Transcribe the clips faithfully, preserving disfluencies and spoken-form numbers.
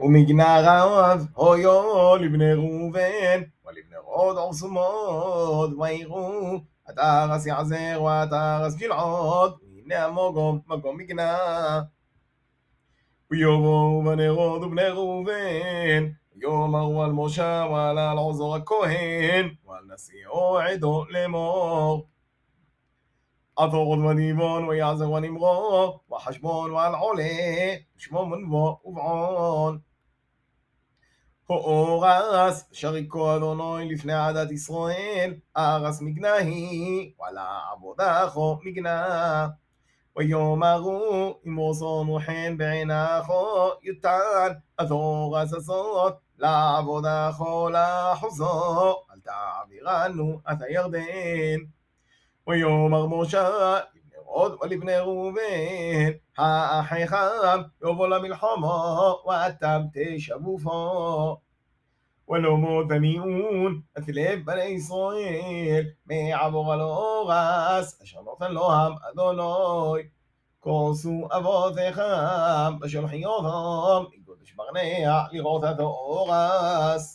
ומגנר רב הויו לבני ראובן ולבני רוד ערסומות ויראו התרס יעזר והתרס גלעוד והנה המוגום מגום מגנה ויבואו בני רוד ובני ראובן ויאמרו על משה ועל אלעזר הכהן ועל נשיאו עדו לאמור עטור ודיבון ויעזר ונמרו וחשבון ועל עולה ושמו מנבו ובעון הורס שריקו אדוני לפני עדת ישראל ארס מגנה היא ועלה עבודךו מגנה ויאמרו אם רצון חן בעיניכו יתן אתורס הזאת לעבודךו לאחוזו אל תעבירנו את הירדן ויאמר משה לבני רוד ולבני ראובן האחיכם יבוא למלחמה ואתם תשבו פה ולא מותניון את לב בני ישראל מעבור על אורס אשר נותן להם אדוני כוסו אבותיכם בשלחיותם לגודש ברנע לראות את אורס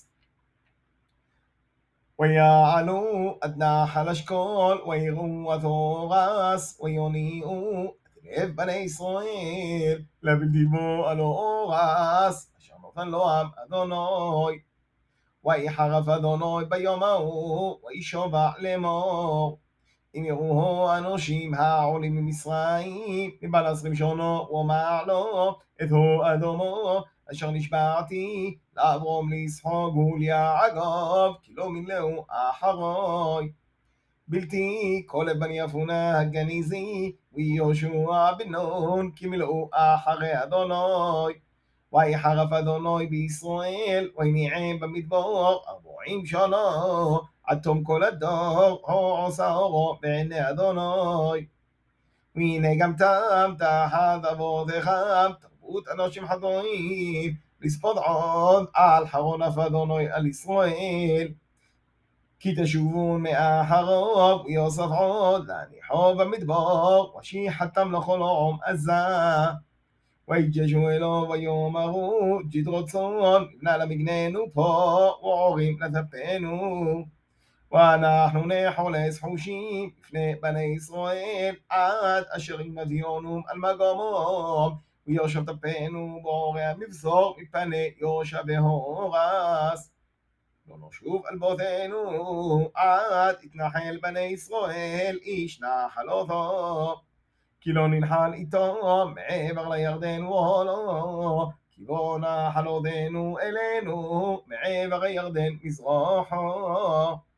ויעלו עד נחל אשכול ויראו את אורס ויוניעו את לב בני ישראל לבלדיבו על אורס אשר נותן להם אדוני ויחרף אדוני ביום ההוא וישובע לאמור אם יראו אנושים העולים ממצרים מבעל עשרים שונו ומעלו את הו אדומו אשר נשבעתי לאברום לישחוק וליעקב כי לא מילאו אחרי בלתי כל בן יפונה הגניזי ויהושע בן נון כי מילאו אחרי אדוני ויחרף אדוני בישראל ויניעם במדבר ארבעים שנה עד תום כל הדור עושה אורו בעיני אדוני והנה גם תם תחת אבותיכם תרבות אנשים חטאים לספוד עוד על חרון אף אדוני על ישראל כי תשובון מאחריו ויוסף עוד להניחו במדבר ושיחתם לכל עום עזה ויג'שו אלו ויאמרו ג'ד רצון נבנה למגננו פה ועורים לטפנו ואנחנו נחולס חושים לפני בני ישראל עד אשר ימדיונום על מגומם ויושב טפנו בעורי המבשור מפני יושע והורס לא נשוב על בותינו עד יתנחל בני ישראל איש נחלותו כי לא ננחל איתו מעבר לירדן ולא כי לא נחל עודנו אלינו מעבר הירדן מזרחו